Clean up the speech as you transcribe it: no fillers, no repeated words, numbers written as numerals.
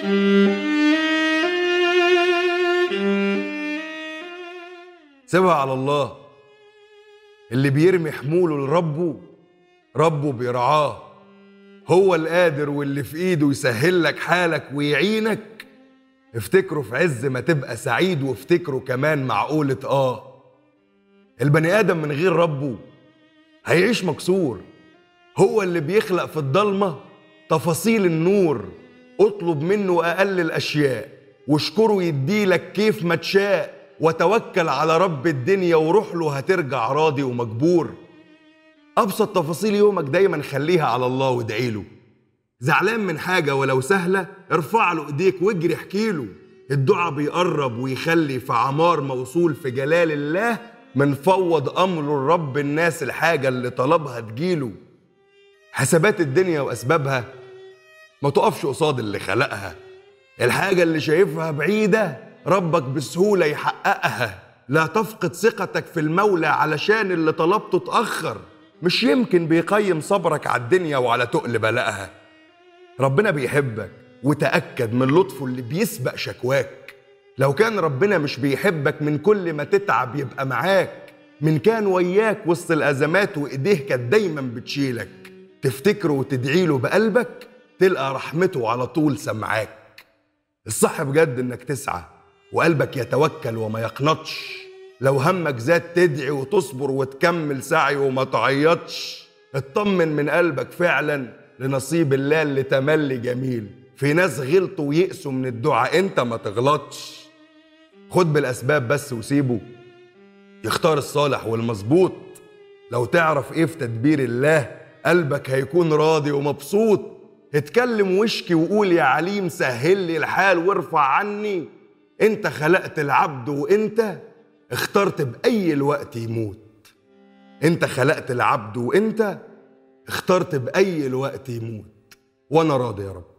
سيبها على الله. اللي بيرمي حموله لربه ربه بيرعاه. هو القادر واللي في ايده يسهل لك حالك ويعينك. افتكره في عز ما تبقى سعيد، وافتكره كمان معقولة البني آدم من غير ربه هيعيش مكسور. هو اللي بيخلق في الضلمة تفاصيل النور. اطلب منه أقل الأشياء واشكره يديلك كيف ما تشاء، وتوكل على رب الدنيا وروح له هترجع راضي ومجبور. أبسط تفاصيل يومك دايما خليها على الله وادعي له. زعلان من حاجة ولو سهلة ارفع له ايديك واجري احكي له. الدعاء بيقرب ويخلي في عمار موصول في جلال الله. من فوض أمره الرب الناس الحاجة اللي طلبها تجيله. حسابات الدنيا وأسبابها ما تقفش قصاد اللي خلقها. الحاجة اللي شايفها بعيدة ربك بسهولة يحققها. لا تفقد ثقتك في المولى علشان اللي طلبته اتأخر. مش يمكن بيقيم صبرك على الدنيا وعلى تقل بلاءها. ربنا بيحبك وتأكد من لطفه اللي بيسبق شكواك. لو كان ربنا مش بيحبك من كل ما تتعب يبقى معاك. من كان وياك وسط الأزمات وإيديه كانت دايما بتشيلك. تفتكره وتدعيله بقلبك تلقى رحمته على طول سمعاك. الصح بجد انك تسعى وقلبك يتوكل وما يقنطش. لو همك زاد تدعي وتصبر وتكمل سعي وما تعيطش. اطمن من قلبك فعلا لنصيب الله اللي تملي جميل. في ناس غلطوا ويأسوا من الدعاء، انت ما تغلطش. خد بالأسباب بس وسيبه يختار الصالح والمظبوط. لو تعرف ايه في تدبير الله قلبك هيكون راضي ومبسوط. اتكلم واشكي وقول يا عليم سهل لي الحال وارفع عني. انت خلقت العبد وانت اخترت بأي الوقت يموت. انت خلقت العبد وانت اخترت بأي الوقت يموت. وانا راضي يا رب.